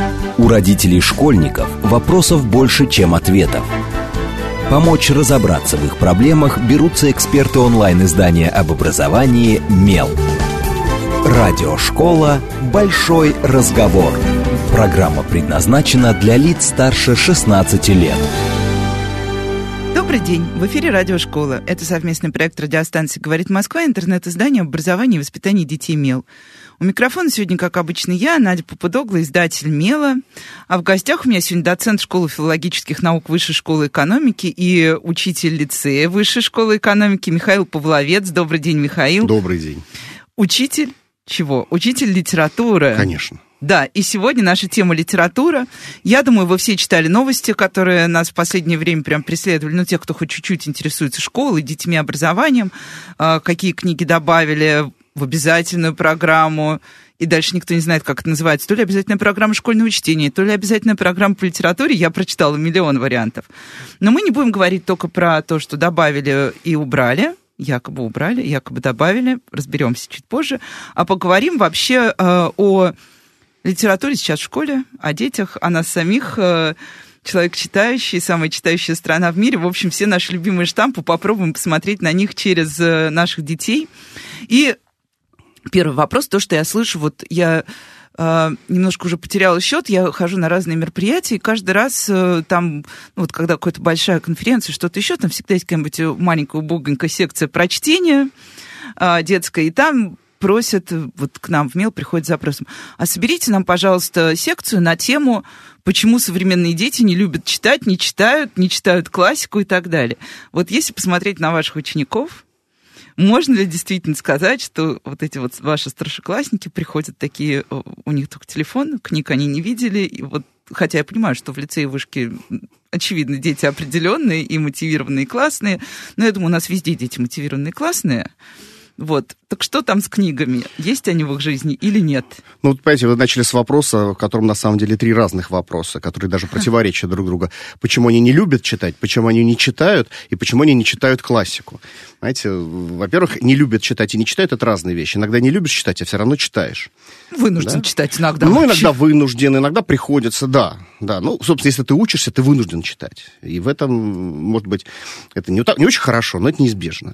У родителей школьников вопросов больше, чем ответов. Помочь разобраться в их проблемах берутся эксперты онлайн-издания об образовании «Мел». Радиошкола «Большой разговор». Программа предназначена для лиц старше 16 лет. Добрый день. В эфире Радиошкола. Это совместный проект радиостанции «Говорит Москва», интернет-издание об образовании и воспитании детей «Мел». У микрофона сегодня, как обычно, я, Надя Попудогла, издатель «Мела». А в гостях у меня сегодня доцент школы филологических наук Высшей школы экономики и учитель лицея Высшей школы экономики Михаил Павловец. Добрый день, Михаил. Добрый день. Учитель чего? Учитель литературы. Конечно. Да, и сегодня наша тема литература. Я думаю, вы все читали новости, которые нас в последнее время прям преследовали. Ну, тех, кто хоть чуть-чуть интересуется школой, детьми, образованием. Какие книги добавили в обязательную программу. И дальше никто не знает, как это называется. То ли обязательная программа школьного чтения, то ли обязательная программа по литературе. Я прочитала миллион вариантов. Но мы не будем говорить только про то, что добавили и убрали. Якобы убрали, якобы добавили. Разберемся чуть позже. А поговорим вообще о литературе сейчас в школе, о детях, о нас самих, человек читающий, самая читающая страна в мире. В общем, все наши любимые штампы, попробуем посмотреть на них через наших детей. И первый вопрос, то, что я слышу, вот я немножко уже потеряла счет, я хожу на разные мероприятия, и каждый раз там, ну, вот когда какая-то большая конференция, что-то еще, там всегда есть какая-нибудь маленькая убогонькая секция про чтение детское, и там просят, вот к нам в МЕЛ приходит с запросом: а соберите нам, пожалуйста, секцию на тему, почему современные дети не любят читать, не читают классику и так далее. Вот если посмотреть на ваших учеников, можно ли действительно сказать, что вот эти вот ваши старшеклассники приходят такие, у них только телефон, книг они не видели, и вот, хотя я понимаю, что в лицее и вышке, очевидно, дети определенные и мотивированные, и классные, но я думаю, у нас везде дети мотивированные и классные. Вот. Так что там с книгами? Есть они в их жизни или нет? Ну, вот, понимаете, вы начали с вопроса, в котором, на самом деле, 3 разных вопроса, которые даже противоречат друг другу. Почему они не любят читать, почему они не читают, и почему они не читают классику. Знаете, во-первых, не любят читать и не читают — это разные вещи. Иногда не любишь читать, а все равно читаешь. Вынужден читать иногда. Ну, иногда вынужден, иногда приходится, да. Ну, собственно, если ты учишься, ты вынужден читать. И в этом, может быть, это не очень хорошо, но это неизбежно.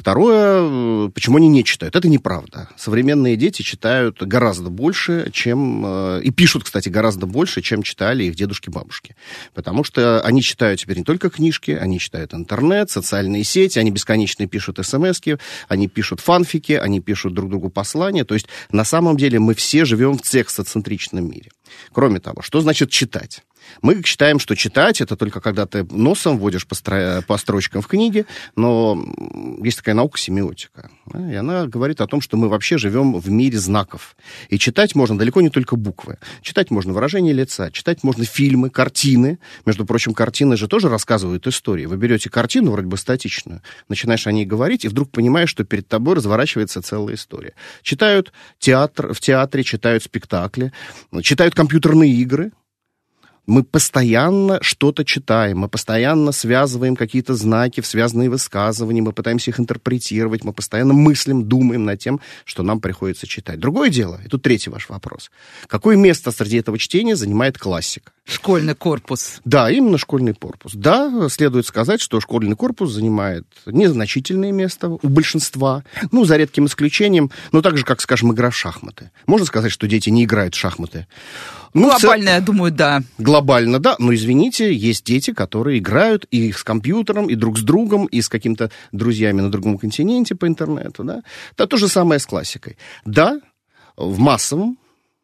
Второе, почему они не читают? Это неправда. Современные дети читают гораздо больше, чем... И пишут, кстати, гораздо больше, чем читали их дедушки-бабушки. Потому что они читают теперь не только книжки, они читают интернет, социальные сети, они бесконечно пишут смски, они пишут фанфики, они пишут друг другу послания. То есть, на самом деле, мы все живем в текстоцентричном мире. Кроме того, что значит читать? Мы считаем, что читать — это только когда ты носом вводишь по строчкам в книге, но есть такая наука семиотика, и она говорит о том, что мы вообще живем в мире знаков. И читать можно далеко не только буквы. Читать можно выражение лица, читать можно фильмы, картины. Между прочим, картины же тоже рассказывают истории. Вы берете картину, вроде бы статичную, начинаешь о ней говорить, и вдруг понимаешь, что перед тобой разворачивается целая история. Читают в театре, читают спектакли, читают компьютерные игры. Мы постоянно что-то читаем, мы постоянно связываем какие-то знаки в связанные высказывания, мы пытаемся их интерпретировать, мы постоянно мыслим, думаем над тем, что нам приходится читать. Другое дело, и тут третий ваш вопрос. Какое место среди этого чтения занимает классика? Школьный корпус. Да, именно школьный корпус. Да, следует сказать, что школьный корпус занимает незначительное место у большинства, ну, за редким исключением, но так же, как, скажем, игра в шахматы. Можно сказать, что дети не играют в шахматы? Ну, глобально, я думаю, да. Глобально, да. Но, извините, есть дети, которые играют и с компьютером, и друг с другом, и с какими-то друзьями на другом континенте по интернету, да. Это то же самое с классикой. Да, в массовом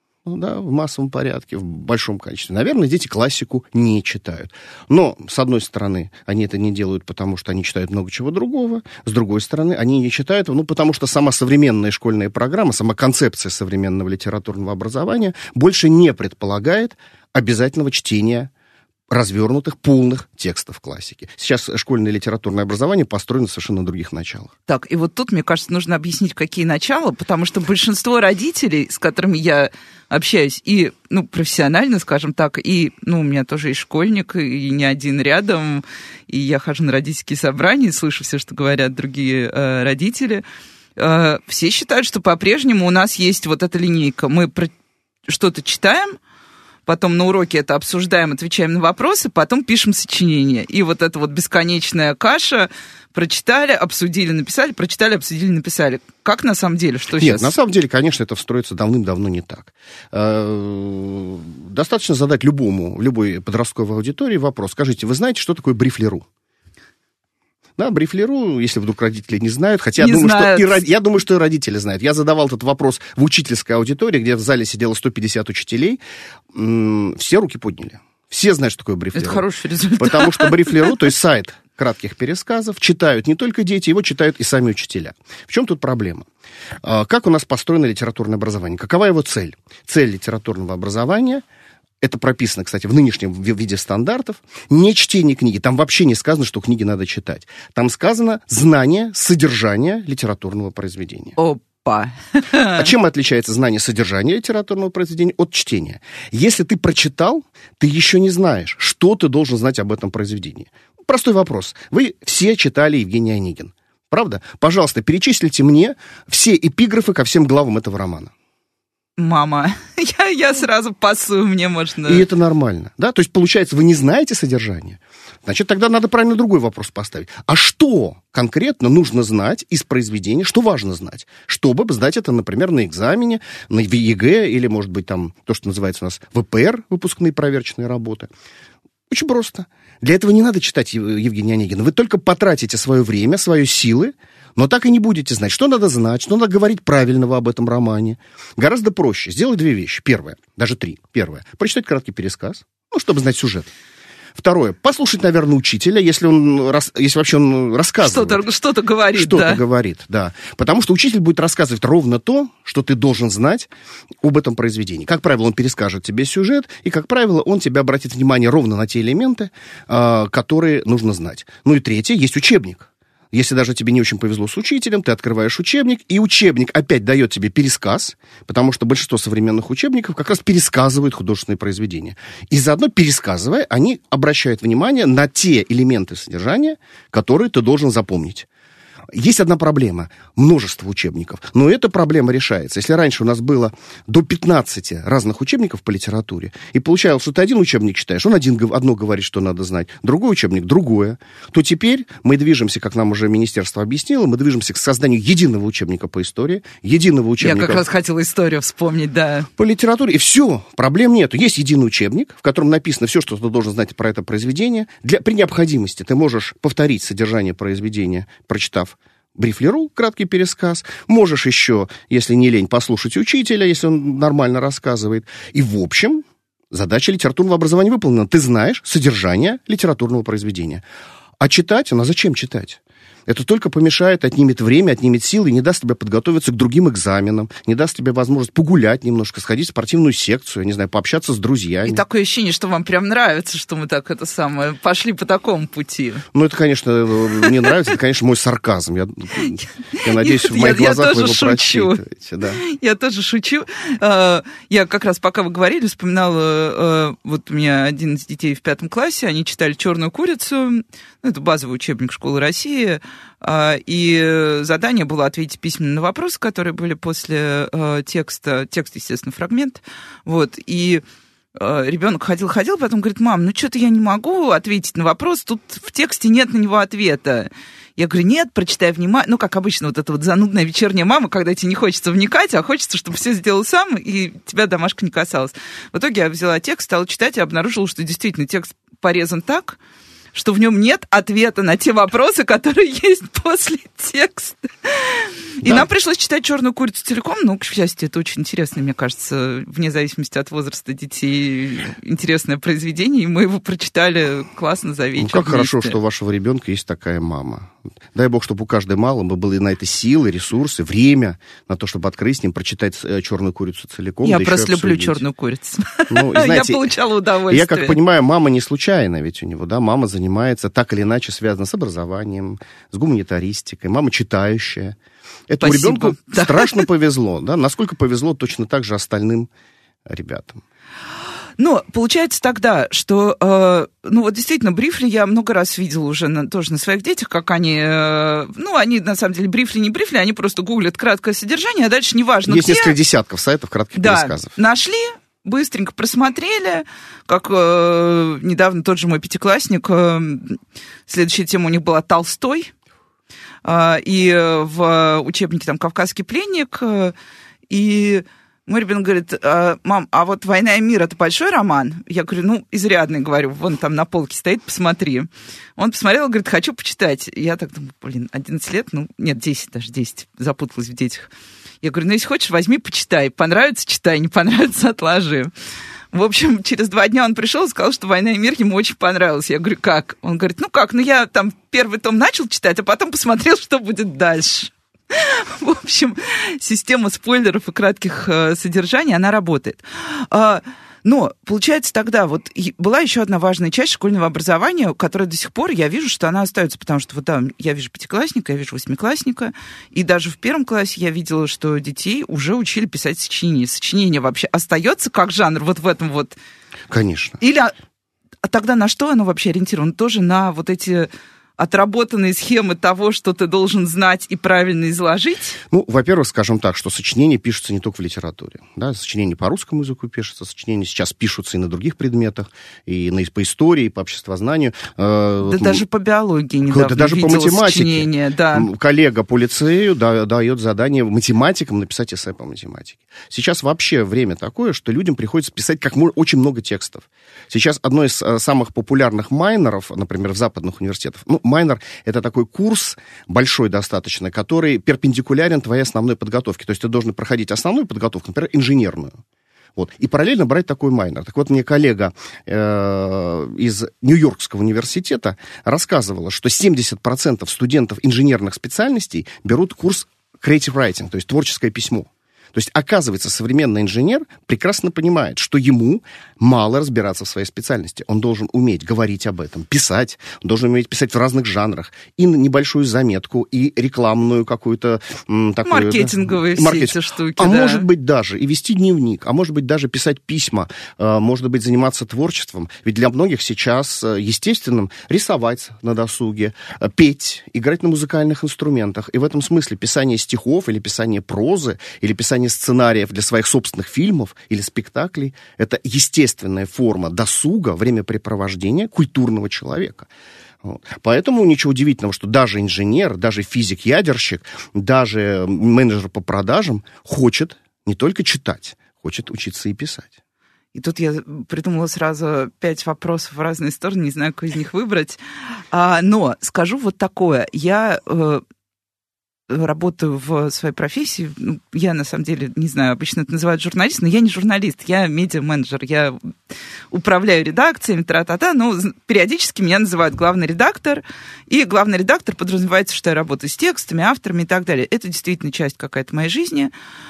порядке, в большом количестве. Наверное, дети классику не читают. Но, с одной стороны, они это не делают, потому что они читают много чего другого. С другой стороны, они не читают, потому что сама современная школьная программа, сама концепция современного литературного образования больше не предполагает обязательного чтения развернутых, полных текстов классики. Сейчас школьное литературное образование построено совершенно на других началах. Так, и вот тут, мне кажется, нужно объяснить, какие начала, потому что большинство родителей, с которыми я общаюсь, и, профессионально, скажем так, и, у меня тоже и школьник, и не один рядом, и я хожу на родительские собрания, слышу все, что говорят другие родители, все считают, что по-прежнему у нас есть вот эта линейка. Мы что-то читаем, потом на уроке это обсуждаем, отвечаем на вопросы, потом пишем сочинение. И вот эта вот бесконечная каша: прочитали, обсудили, написали, прочитали, обсудили, написали. Как на самом деле? Что сейчас? Нет, на самом деле, конечно, это встроится давным-давно не так. Достаточно задать любой подростковой аудитории вопрос. Скажите, вы знаете, что такое брифлеру? Да, брифлеру, если вдруг родители не знают, хотя я думаю, что и родители знают. Я задавал этот вопрос в учительской аудитории, где в зале сидело 150 учителей. Все руки подняли. Все знают, что такое брифлеру. Это хороший результат. Потому что брифлеру, то есть сайт кратких пересказов, читают не только дети, его читают и сами учителя. В чем тут проблема? Как у нас построено литературное образование? Какова его цель? Цель литературного образования — это прописано, кстати, в нынешнем виде стандартов, не чтение книги. Там вообще не сказано, что книги надо читать. Там сказано знание содержания литературного произведения. Опа! А чем отличается знание содержания литературного произведения от чтения? Если ты прочитал, ты еще не знаешь, что ты должен знать об этом произведении. Простой вопрос. Вы все читали Евгения Онегина, правда? Пожалуйста, перечислите мне все эпиграфы ко всем главам этого романа. Мама, я сразу пасую, мне можно... И это нормально, да? То есть, получается, вы не знаете содержание. Значит, тогда надо правильно другой вопрос поставить. А что конкретно нужно знать из произведения, что важно знать, чтобы сдать это, например, на экзамене, на ЕГЭ или, может быть, там, то, что называется у нас ВПР, выпускные проверочные работы. Очень просто. Для этого не надо читать Евгения Онегина. Вы только потратите свое время, свои силы, но так и не будете знать, что надо знать, что надо говорить правильного об этом романе. Гораздо проще. Сделать две вещи. Первое, даже три. Первое, прочитать краткий пересказ, чтобы знать сюжет. Второе, послушать, наверное, учителя, если вообще он рассказывает. Что-то говорит, Что-то говорит, да. Потому что учитель будет рассказывать ровно то, что ты должен знать об этом произведении. Как правило, он перескажет тебе сюжет, и, как правило, он тебе обратит внимание ровно на те элементы, которые нужно знать. Ну и третье, есть учебник. Если даже тебе не очень повезло с учителем, ты открываешь учебник, и учебник опять дает тебе пересказ, потому что большинство современных учебников как раз пересказывают художественные произведения. И заодно, пересказывая, они обращают внимание на те элементы содержания, которые ты должен запомнить. Есть одна проблема. Множество учебников. Но эта проблема решается. Если раньше у нас было до 15 разных учебников по литературе, и получалось, что ты один учебник читаешь, он одно говорит, что надо знать, другой учебник другое, то теперь мы движемся, как нам уже министерство объяснило, мы движемся к созданию единого учебника по истории, единого учебника... Я как раз хотела историю вспомнить, да. По литературе. И все, проблем нету. Есть единый учебник, в котором написано все, что ты должен знать про это произведение. При необходимости ты можешь повторить содержание произведения, прочитав брифлеру, краткий пересказ. Можешь еще, если не лень, послушать учителя, если он нормально рассказывает. И, в общем, задача литературного образования выполнена. Ты знаешь содержание литературного произведения. А читать, зачем читать? Это только помешает, отнимет время, отнимет силы и не даст тебе подготовиться к другим экзаменам, не даст тебе возможность погулять немножко, сходить в спортивную секцию, не знаю, пообщаться с друзьями. И такое ощущение, что вам прям нравится, что мы так пошли по такому пути. Ну, это, конечно, мне нравится, это, конечно, мой сарказм. Я надеюсь, в моих глазах вы его прочитываете. Да. Я тоже шучу. Я как раз, пока вы говорили, вспоминала, вот у меня один из детей в 5 классе, они читали «Черную курицу», это базовый учебник школы России, и задание было ответить письменно на вопросы, которые были после текста. Текст, естественно, фрагмент. Вот. И ребенок ходил, потом говорит: мам, что-то я не могу ответить на вопрос, тут в тексте нет на него ответа. Я говорю: нет, прочитай внимательно. Как обычно, вот эта вот занудная вечерняя мама, когда тебе не хочется вникать, а хочется, чтобы все сделал сам, и тебя домашка не касалась. В итоге я взяла текст, стала читать и обнаружила, что действительно текст порезан так, что в нем нет ответа на те вопросы, которые есть после текста. И нам пришлось читать «Черную курицу» целиком. Ну, к счастью, это очень интересно, мне кажется, вне зависимости от возраста детей, интересное произведение, и мы его прочитали классно за вечер. Как хорошо, что у вашего ребенка есть такая мама. Дай бог, чтобы у каждой мамы были на это силы, ресурсы, время на то, чтобы открыть с ним, прочитать «Черную курицу» целиком. Я просто люблю «Черную курицу». Знаете, я получала удовольствие. Я, как понимаю, мама не случайно ведь у него, да? Мама занимается так или иначе связана с образованием, с гуманитаристикой. Мама читающая. Этому ребенку страшно повезло, да? Насколько повезло точно так же остальным ребятам. Ну, получается тогда, что, вот действительно, брифли я много раз видела уже тоже на своих детях, как они, они, на самом деле, брифли, не брифли, они просто гуглят краткое содержание, а дальше неважно Есть где. Несколько десятков сайтов кратких пересказов. Нашли, быстренько просмотрели, как недавно тот же мой пятиклассник, следующая тема у них была «Толстой», и в учебнике там «Кавказский пленник», и мой ребенок говорит: мам, а вот «Война и мир» — это большой роман? Я говорю: ну, изрядный, говорю, вон там на полке стоит, посмотри. Он посмотрел и говорит: хочу почитать. Я так думаю, 11 лет, нет, 10, запуталась в детях. Я говорю: ну, если хочешь, возьми, почитай. Понравится — читай, не понравится — отложи. В общем, через 2 дня он пришел и сказал, что «Война и мир» ему очень понравилась. Я говорю: как? Он говорит: я там первый том начал читать, а потом посмотрел, что будет дальше. В общем, система спойлеров и кратких содержаний, она работает. Но, получается, тогда вот была еще одна важная часть школьного образования, которая до сих пор, я вижу, что она остается, потому что вот там я вижу 5-классника, я вижу 8-классника, и даже в 1 классе я видела, что детей уже учили писать сочинения. Сочинение вообще остается как жанр вот в этом вот? Конечно. Или тогда на что оно вообще ориентировано? Тоже на вот эти отработанные схемы того, что ты должен знать и правильно изложить? Ну, во-первых, скажем так, что сочинения пишутся не только в литературе. Да? Сочинения по русскому языку пишутся, сочинения сейчас пишутся и на других предметах, и по истории, и по обществознанию. Даже по биологии недавно да, даже по математике. Да. Коллега по лицею дает задание математикам написать эссе по математике. Сейчас вообще время такое, что людям приходится писать очень много текстов. Сейчас одно из самых популярных майнеров, например, в западных университетах, майнер — это такой курс, большой достаточно, который перпендикулярен твоей основной подготовке. То есть ты должен проходить основную подготовку, например, инженерную. Вот, и параллельно брать такой майнер. Так вот, мне коллега из Нью-Йоркского университета рассказывала, что 70% студентов инженерных специальностей берут курс creative writing, то есть творческое письмо. То есть, оказывается, современный инженер прекрасно понимает, что ему мало разбираться в своей специальности. Он должен уметь говорить об этом, писать. Он должен уметь писать в разных жанрах. И небольшую заметку, и рекламную какую-то такую... Маркетинговые все эти штуки, А может быть даже и вести дневник, а может быть даже писать письма, может быть заниматься творчеством. Ведь для многих сейчас естественным рисовать на досуге, петь, играть на музыкальных инструментах. И в этом смысле писание стихов или писание прозы, или писание сценариев для своих собственных фильмов или спектаклей — это естественная форма досуга, времяпрепровождения культурного человека. Вот. Поэтому ничего удивительного, что даже инженер, даже физик-ядерщик, даже менеджер по продажам хочет не только читать, хочет учиться и писать. И тут я придумала сразу 5 вопросов в разные стороны, не знаю, какой из них выбрать. Но скажу вот такое. Я работаю в своей профессии. Я, на самом деле, не знаю, обычно это называют журналист, но я не журналист, я медиа-менеджер. Я управляю редакциями, тра-та-та, но периодически меня называют главный редактор, и главный редактор подразумевается, что я работаю с текстами, авторами и так далее. Это действительно часть какая-то моей жизни.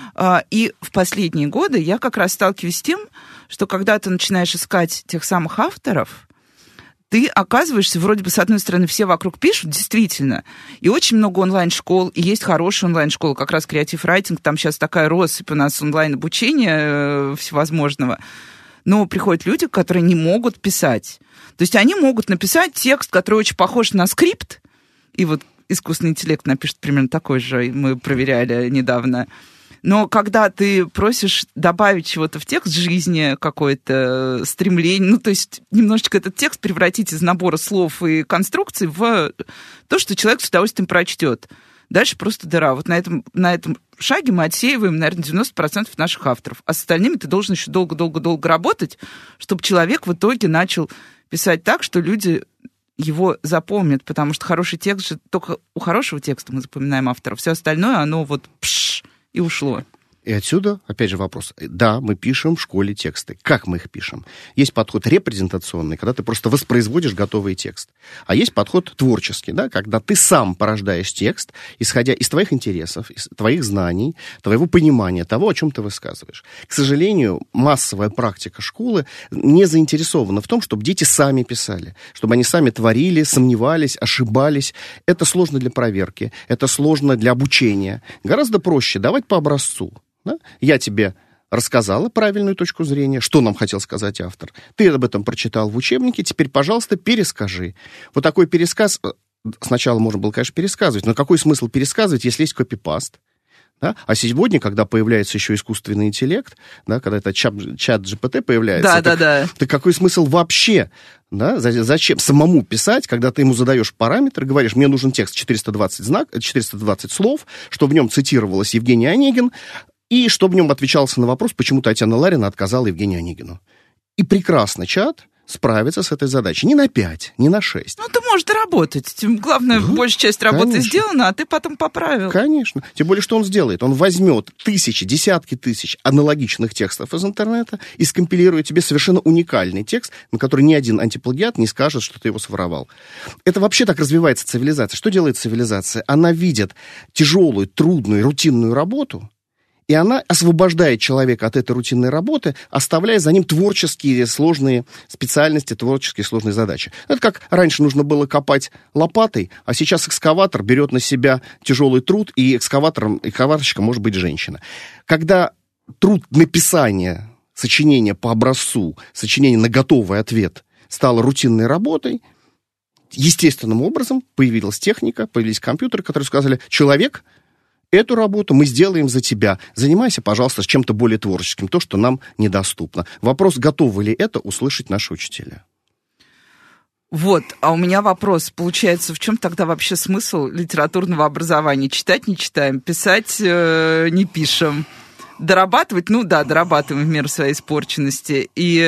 И в последние годы я как раз сталкиваюсь с тем, что когда ты начинаешь искать тех самых авторов, ты оказываешься, вроде бы, с одной стороны, все вокруг пишут, действительно, и очень много онлайн-школ, и есть хорошие онлайн-школы, как раз Creative Writing, там сейчас такая россыпь у нас онлайн-обучения всевозможного, но приходят люди, которые не могут писать. То есть они могут написать текст, который очень похож на скрипт, и вот искусственный интеллект напишет примерно такой же, мы проверяли недавно. Но когда ты просишь добавить чего-то в текст жизни, какое-то стремление, то есть немножечко этот текст превратить из набора слов и конструкций в то, что человек с удовольствием прочтет. Дальше просто дыра. Вот на этом шаге мы отсеиваем, наверное, 90% наших авторов. А с остальными ты должен еще долго-долго-долго работать, чтобы человек в итоге начал писать так, что люди его запомнят, потому что хороший текст же, только у хорошего текста мы запоминаем автора. Все остальное, оно вот и ушло. И отсюда, опять же, вопрос. Да, мы пишем в школе тексты. Как мы их пишем? Есть подход репрезентационный, когда ты просто воспроизводишь готовый текст. А есть подход творческий, да, когда ты сам порождаешь текст, исходя из твоих интересов, из твоих знаний, твоего понимания того, о чем ты высказываешь. К сожалению, массовая практика школы не заинтересована в том, чтобы дети сами писали, чтобы они сами творили, сомневались, ошибались. Это сложно для проверки, это сложно для обучения. Гораздо проще давать по образцу. Да? Я тебе рассказала правильную точку зрения, что нам хотел сказать автор. Ты об этом прочитал в учебнике, теперь, пожалуйста, перескажи. Вот такой пересказ, сначала можно было, конечно, пересказывать, но какой смысл пересказывать, если есть копипаст? Да? А сегодня, когда появляется еще искусственный интеллект, да, когда это чат GPT появляется, так какой смысл вообще? Да? Зачем самому писать, когда ты ему задаешь параметры, говоришь, мне нужен текст 420 слов, чтобы в нем цитировалась Евгений Онегин, и чтобы в нем отвечался на вопрос, почему Татьяна Ларина отказала Евгению Онегину. И прекрасно чат справится с этой задачей. Не на 5, не на 6. Ну, ты можешь доработать. Главное, большая часть работы сделана, а ты потом поправил. Конечно. Тем более, что он сделает? Он возьмет десятки тысяч аналогичных текстов из интернета и скомпилирует тебе совершенно уникальный текст, на который ни один антиплагиат не скажет, что ты его своровал. Это вообще так развивается цивилизация. Что делает цивилизация? Она видит тяжелую, трудную, рутинную работу, и она освобождает человека от этой рутинной работы, оставляя за ним творческие сложные специальности, творческие сложные задачи. Это как раньше нужно было копать лопатой, а сейчас экскаватор берет на себя тяжелый труд, и экскаваторщиком может быть женщина. Когда труд написания сочинения по образцу, сочинение на готовый ответ стало рутинной работой, естественным образом появилась техника, появились компьютеры, которые сказали, человек, эту работу мы сделаем за тебя. Занимайся, пожалуйста, чем-то более творческим, то, что нам недоступно. Вопрос, готовы ли это услышать наши учителя? Вот, а у меня вопрос. Получается, в чем тогда вообще смысл литературного образования? Читать не читаем, писать не пишем. Дорабатывать? Ну да, дорабатываем в меру своей испорченности. И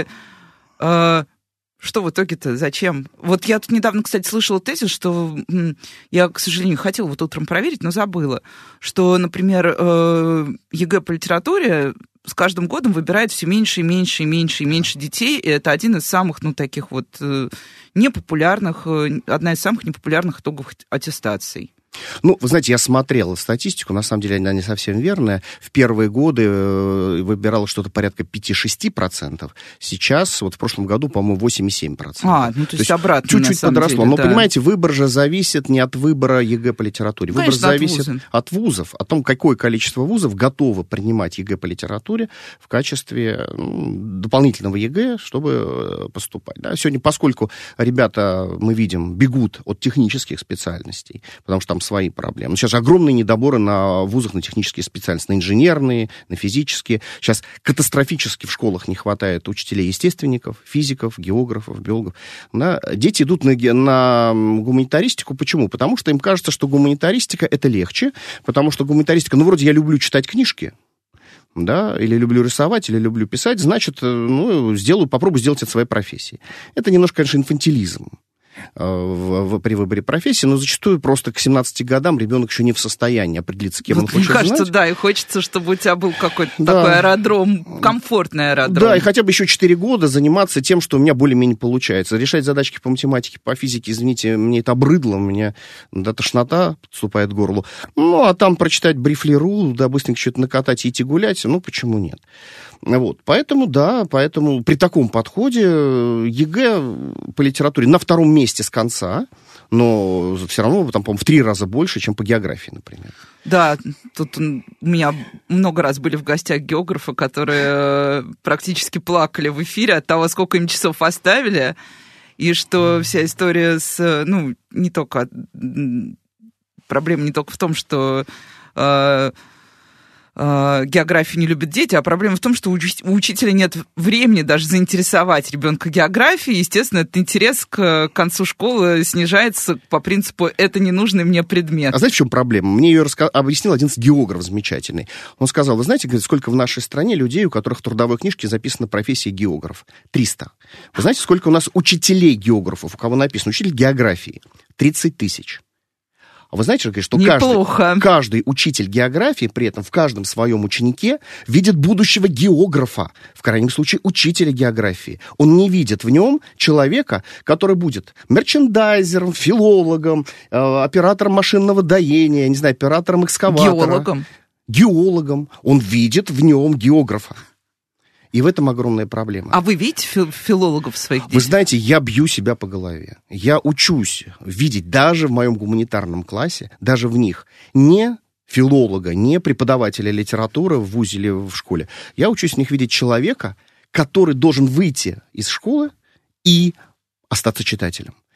что в итоге-то? Зачем? Вот я тут недавно, кстати, слышала тезис, что я, к сожалению, хотела вот утром проверить, но забыла, что, например, ЕГЭ по литературе с каждым годом выбирает все меньше и меньше и меньше и меньше детей, и это один из самых, таких вот непопулярных, одна из самых непопулярных итогов аттестаций. Ну, вы знаете, я смотрел статистику, на самом деле она не совсем верная. В первые годы выбирало что-то порядка 5-6%. Сейчас, вот в прошлом году, по-моему, 8,7%. То есть обратно, чуть-чуть подросло. Деле, но, да. Понимаете, выбор же зависит не от выбора ЕГЭ по литературе. Выбор зависит от вузов, о том, какое количество вузов готово принимать ЕГЭ по литературе в качестве дополнительного ЕГЭ, чтобы поступать. Да? Сегодня, поскольку ребята, мы видим, бегут от технических специальностей, потому что там свои проблемы. Сейчас огромные недоборы на вузах на технические специальности, на инженерные, на физические. Сейчас катастрофически в школах не хватает учителей-естественников, физиков, географов, биологов. Да? Дети идут на гуманитаристику. Почему? Потому что им кажется, что гуманитаристика это легче, потому что гуманитаристика, вроде я люблю читать книжки, да, или люблю рисовать, или люблю писать, значит, попробую сделать это своей профессией. Это немножко, конечно, инфантилизм при выборе профессии, но зачастую просто к 17 годам ребенок еще не в состоянии определиться, кем он хочет знать. Мне кажется, да, и хочется, чтобы у тебя был какой-то такой аэродром, комфортный аэродром. Да, и хотя бы еще 4 года заниматься тем, что у меня более-менее получается. Решать задачки по математике, по физике, извините, мне это обрыдло, у меня тошнота подступает к горлу. А там прочитать брифли.ру, да, быстренько что-то накатать и идти гулять, почему нет? Вот, поэтому при таком подходе ЕГЭ по литературе на втором месте с конца, но все равно, там, по-моему, в 3 раза больше, чем по географии, например. Да, тут у меня много раз были в гостях географы, которые практически плакали в эфире от того, сколько им часов оставили, и что вся история проблема не только в том, что географию не любят дети, а проблема в том, что у учителя нет времени даже заинтересовать ребенка географией. Естественно, этот интерес к концу школы снижается по принципу «это ненужный мне предмет». А знаете, в чем проблема? Мне ее объяснил один географ замечательный. Он сказал, вы знаете, сколько в нашей стране людей, у которых в трудовой книжке записана профессия географ? 300. Вы знаете, сколько у нас учителей-географов, у кого написано учитель географии? 30 тысяч. А вы знаете, что каждый учитель географии при этом в каждом своем ученике видит будущего географа, в крайнем случае учителя географии. Он не видит в нем человека, который будет мерчендайзером, филологом, оператором машинного доения, оператором экскаватора. Геологом. Он видит в нем географа. И в этом огромная проблема. А вы видите филологов своих детей? Вы знаете, я бью себя по голове. Я учусь видеть даже в моем гуманитарном классе, даже в них, не филолога, не преподавателя литературы в вузе или в школе. Я учусь в них видеть человека, который должен выйти из школы и остаться читателем.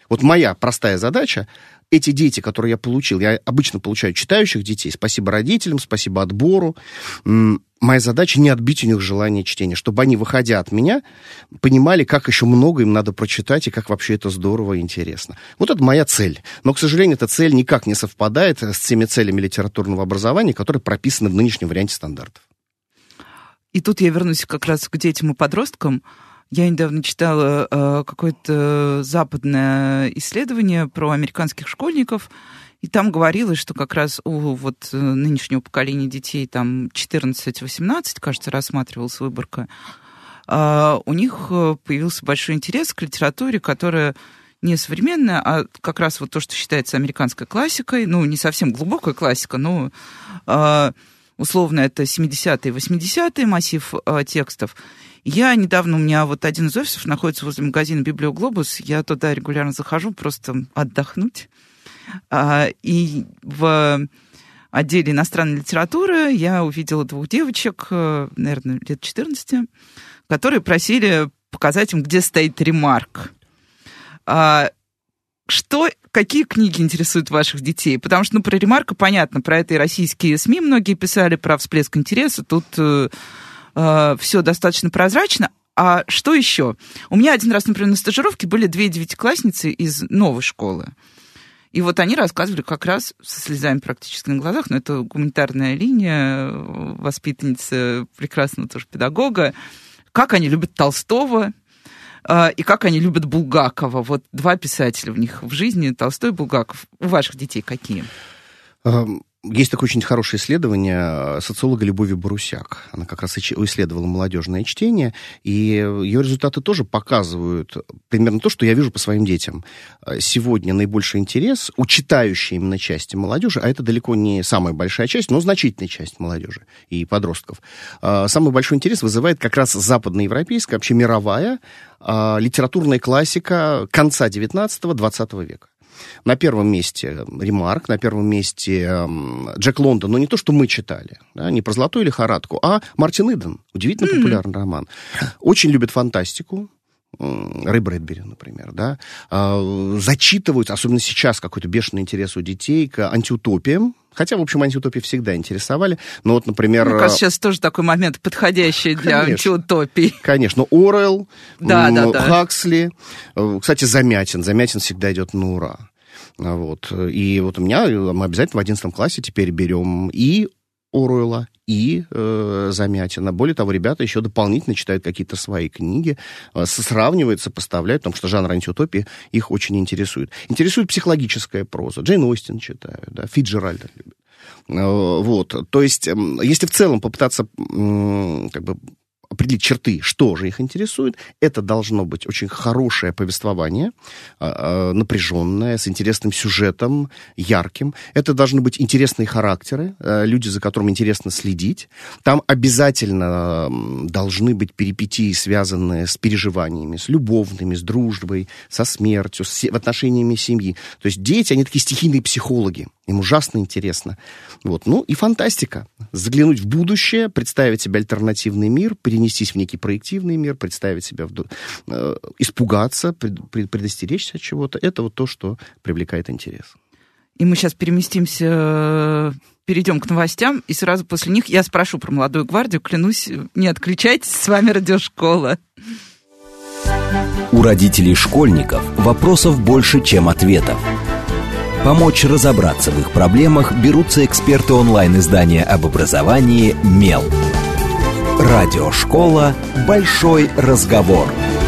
Вот моя простая задача, эти дети, которые я получил, я обычно получаю читающих детей, спасибо родителям, спасибо отбору. Моя задача не отбить у них желание чтения, чтобы они, выходя от меня, понимали, как еще много им надо прочитать и как вообще это здорово и интересно. Вот это моя цель. Но, к сожалению, эта цель никак не совпадает с теми целями литературного образования, которые прописаны в нынешнем варианте стандартов. И тут я вернусь как раз к детям и подросткам. Я недавно читала какое-то западное исследование про американских школьников, и там говорилось, что как раз у вот нынешнего поколения детей, там 14-18, кажется, рассматривалась выборка, у них появился большой интерес к литературе, которая не современная, а как раз вот то, что считается американской классикой, ну, не совсем глубокая классика, но условно это 70-е, 80-е массив текстов. Я недавно, у меня вот один из офисов находится возле магазина «Библиоглобус», я туда регулярно захожу просто отдохнуть. И в отделе иностранной литературы я увидела 2 девочек, наверное, лет 14, которые просили показать им, где стоит ремарк. Какие книги интересуют ваших детей? Потому что, про ремарка понятно, про это и российские СМИ многие писали, про всплеск интереса, тут все достаточно прозрачно. А что еще? У меня один раз, например, на стажировке были 2 девятиклассницы из новой школы. И вот они рассказывали как раз со слезами практически на глазах, но это гуманитарная линия, воспитанница прекрасного тоже педагога, как они любят Толстого и как они любят Булгакова. Вот 2 писателя у них в жизни, Толстой и Булгаков. У ваших детей какие? Есть такое очень хорошее исследование социолога Любови Борусяк. Она как раз исследовала молодежное чтение, и ее результаты тоже показывают примерно то, что я вижу по своим детям. Сегодня наибольший интерес у читающей именно части молодежи, а это далеко не самая большая часть, но значительная часть молодежи и подростков. Самый большой интерес вызывает как раз западноевропейская, вообще мировая литературная классика конца 19-20 века. На первом месте Ремарк, на первом месте Джек Лондон, но не то, что мы читали, да, не про «Золотую лихорадку», а Мартин Иден, удивительно популярный роман. Очень любят фантастику, Рэй Брэдбери, например, да, зачитывают, особенно сейчас какой-то бешеный интерес у детей к антиутопиям, хотя, в общем, антиутопии всегда интересовали, но вот, например... Мне кажется, сейчас тоже такой момент подходящий для антиутопий. Конечно, Оруэлл, Хаксли, кстати, Замятин всегда идет на ура. Вот. И вот мы обязательно в 11 классе теперь берем и Оруэлла, и Замятина. Более того, ребята еще дополнительно читают какие-то свои книги, сравнивают, сопоставляют, потому что жанр антиутопии их очень интересует. Интересует психологическая проза. Джейн Остин читают, да, Фицджеральда любят. Вот. То есть, если в целом попытаться определить черты, что же их интересует, это должно быть очень хорошее повествование, напряженное, с интересным сюжетом, ярким. Это должны быть интересные характеры, люди, за которыми интересно следить. Там обязательно должны быть перипетии, связанные с переживаниями, с любовными, с дружбой, со смертью, с отношениями семьи. То есть дети, они такие стихийные психологи. Им ужасно интересно. Вот. Ну и фантастика. Заглянуть в будущее, представить себе альтернативный мир, перенестись в некий проективный мир, представить себя, испугаться, предостеречься от чего-то. Это вот то, что привлекает интерес. И мы сейчас переместимся, перейдем к новостям, и сразу после них я спрошу про «Молодую гвардию». Клянусь, не отключайтесь, с вами Радиошкола. У родителей школьников вопросов больше, чем ответов. Помочь разобраться в их проблемах берутся эксперты онлайн-издания об образовании «Мел». Радиошкола «Большой разговор».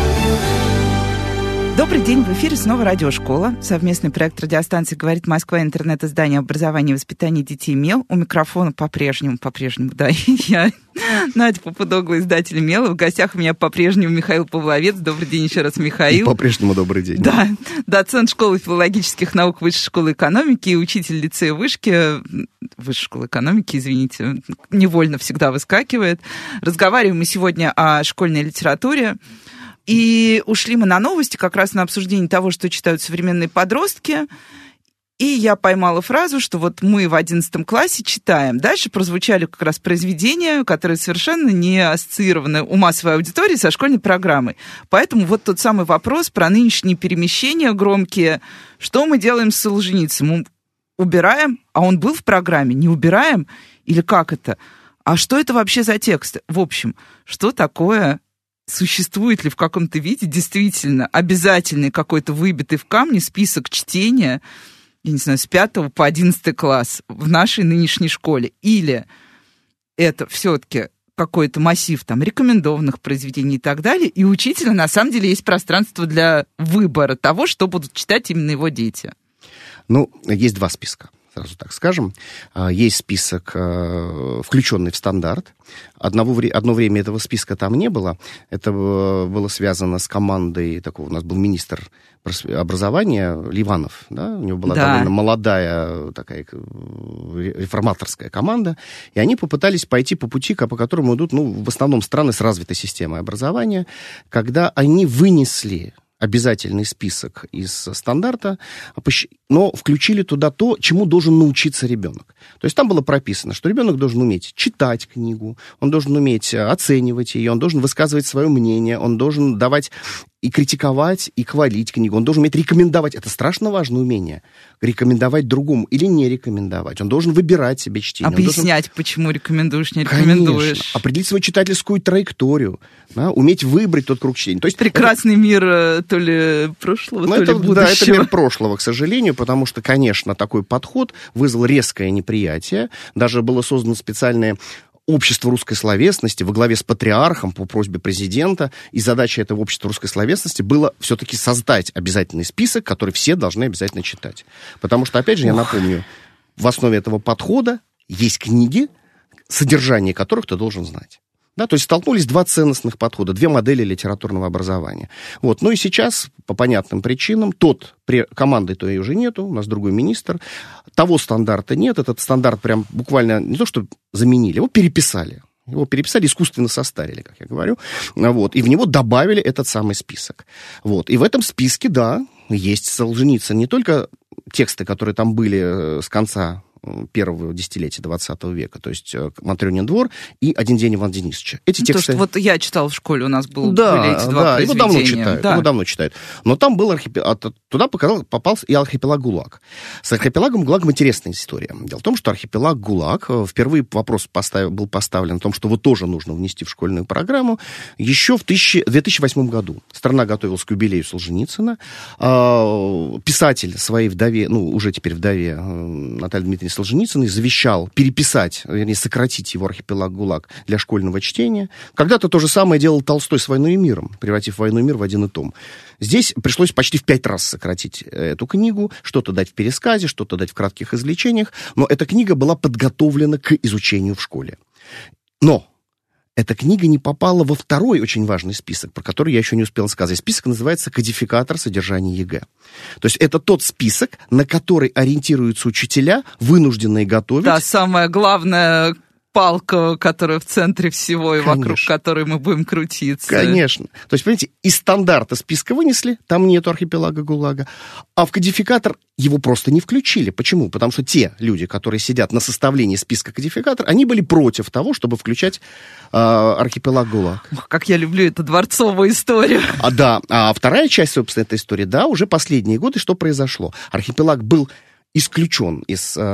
Добрый день, в эфире снова Радиошкола. Совместный проект радиостанции «Говорит Москва», интернет-издание образования и воспитания детей «Мел». У микрофона по-прежнему, да, я, Надя Попудогла, издатель «Мела». В гостях у меня по-прежнему Михаил Павловец. Добрый день еще раз, Михаил. И по-прежнему добрый день. Да, доцент школы филологических наук Высшей школы экономики и учитель лицея Вышки. Высшей школы экономики, извините, невольно всегда выскакивает. Разговариваем мы сегодня о школьной литературе. И ушли мы на новости, как раз на обсуждение того, что читают современные подростки. И я поймала фразу, что вот мы в 11 классе читаем. Дальше прозвучали как раз произведения, которые совершенно не ассоциированы у массовой аудитории со школьной программой. Поэтому вот тот самый вопрос про нынешние перемещения громкие. Что мы делаем с Солженицыным? Убираем? А он был в программе? Не убираем? Или как это? А что это вообще за тексты? В общем, что такое... Существует ли в каком-то виде действительно обязательный какой-то выбитый в камне список чтения, я не знаю, с 5 по 11 класс в нашей нынешней школе? Или это все-таки какой-то массив там рекомендованных произведений и так далее, и у учителя на самом деле есть пространство для выбора того, что будут читать именно его дети? Ну, есть два списка. Сразу так скажем. Есть список, включенный в стандарт. Одно время этого списка там не было. Это было связано с командой такого. У нас был министр образования Ливанов. Да? У него была довольно молодая такая реформаторская команда. И они попытались пойти по пути, по которому идут, в основном страны с развитой системой образования, когда они вынесли обязательный список из стандарта, но включили туда то, чему должен научиться ребенок. То есть там было прописано, что ребенок должен уметь читать книгу, он должен уметь оценивать ее, он должен высказывать свое мнение, он должен давать и критиковать, и хвалить книгу, он должен уметь рекомендовать. Это страшно важное умение. Рекомендовать другому или не рекомендовать. Он должен выбирать себе чтение. Объяснять, почему рекомендуешь, не рекомендуешь. Конечно. Определить свою читательскую траекторию. Да? Уметь выбрать тот круг чтения. То есть прекрасный мир то ли прошлого, то ли будущего. Да, это мир прошлого, к сожалению, потому что, конечно, такой подход вызвал резкое неприятие. Даже было создано специальное общество русской словесности во главе с патриархом по просьбе президента, и задача этого общества русской словесности было все-таки создать обязательный список, который все должны обязательно читать. Потому что, опять же, я напомню, в основе этого подхода есть книги, содержание которых ты должен знать. Да, то есть столкнулись два ценностных подхода, две модели литературного образования. Вот. Ну и сейчас, по понятным причинам, команды той уже нету, у нас другой министр, того стандарта нет, этот стандарт прям буквально не то, что заменили, его переписали. Его переписали, искусственно состарили, как я говорю. Вот. И в него добавили этот самый список. Вот. И в этом списке, да, есть Солженицын. Не только тексты, которые там были с конца первого десятилетия 20 века, то есть «Матрёнин двор» и «Один день Ивана Денисовича». Эти тексты... То, что вот я читал в школе, у нас были эти два произведения. Его давно читают. Но там был туда попал и архипелаг ГУЛАГ. С архипелагом ГУЛАГ интересная история. Дело в том, что архипелаг ГУЛАГ, впервые вопрос был поставлен о том, что его тоже нужно внести в школьную программу, еще в 2008 году. Страна готовилась к юбилею Солженицына. Писатель своей вдове, уже теперь вдове Натальи Дмитриевны Солженицыной завещал переписать, вернее, сократить его архипелаг ГУЛАГ для школьного чтения. Когда-то то же самое делал Толстой с «Войной и миром», превратив «Войну и мир» в один том. Здесь пришлось почти в 5 раз сократить эту книгу, что-то дать в пересказе, что-то дать в кратких извлечениях, но эта книга была подготовлена к изучению в школе. Но эта книга не попала во второй очень важный список, про который я еще не успел сказать. Список называется «Кодификатор содержания ЕГЭ». То есть это тот список, на который ориентируются учителя, вынужденные готовить. Да, самое главное... палка, которая в центре всего и вокруг которой мы будем крутиться. Конечно. То есть, понимаете, из стандарта списка вынесли, там нету архипелага ГУЛАГа, а в кодификатор его просто не включили. Почему? Потому что те люди, которые сидят на составлении списка кодификатор, они были против того, чтобы включать архипелаг ГУЛАГ. Ох, как я люблю эту дворцовую историю. А вторая часть, собственно, этой истории, уже последние годы что произошло? Архипелаг был исключен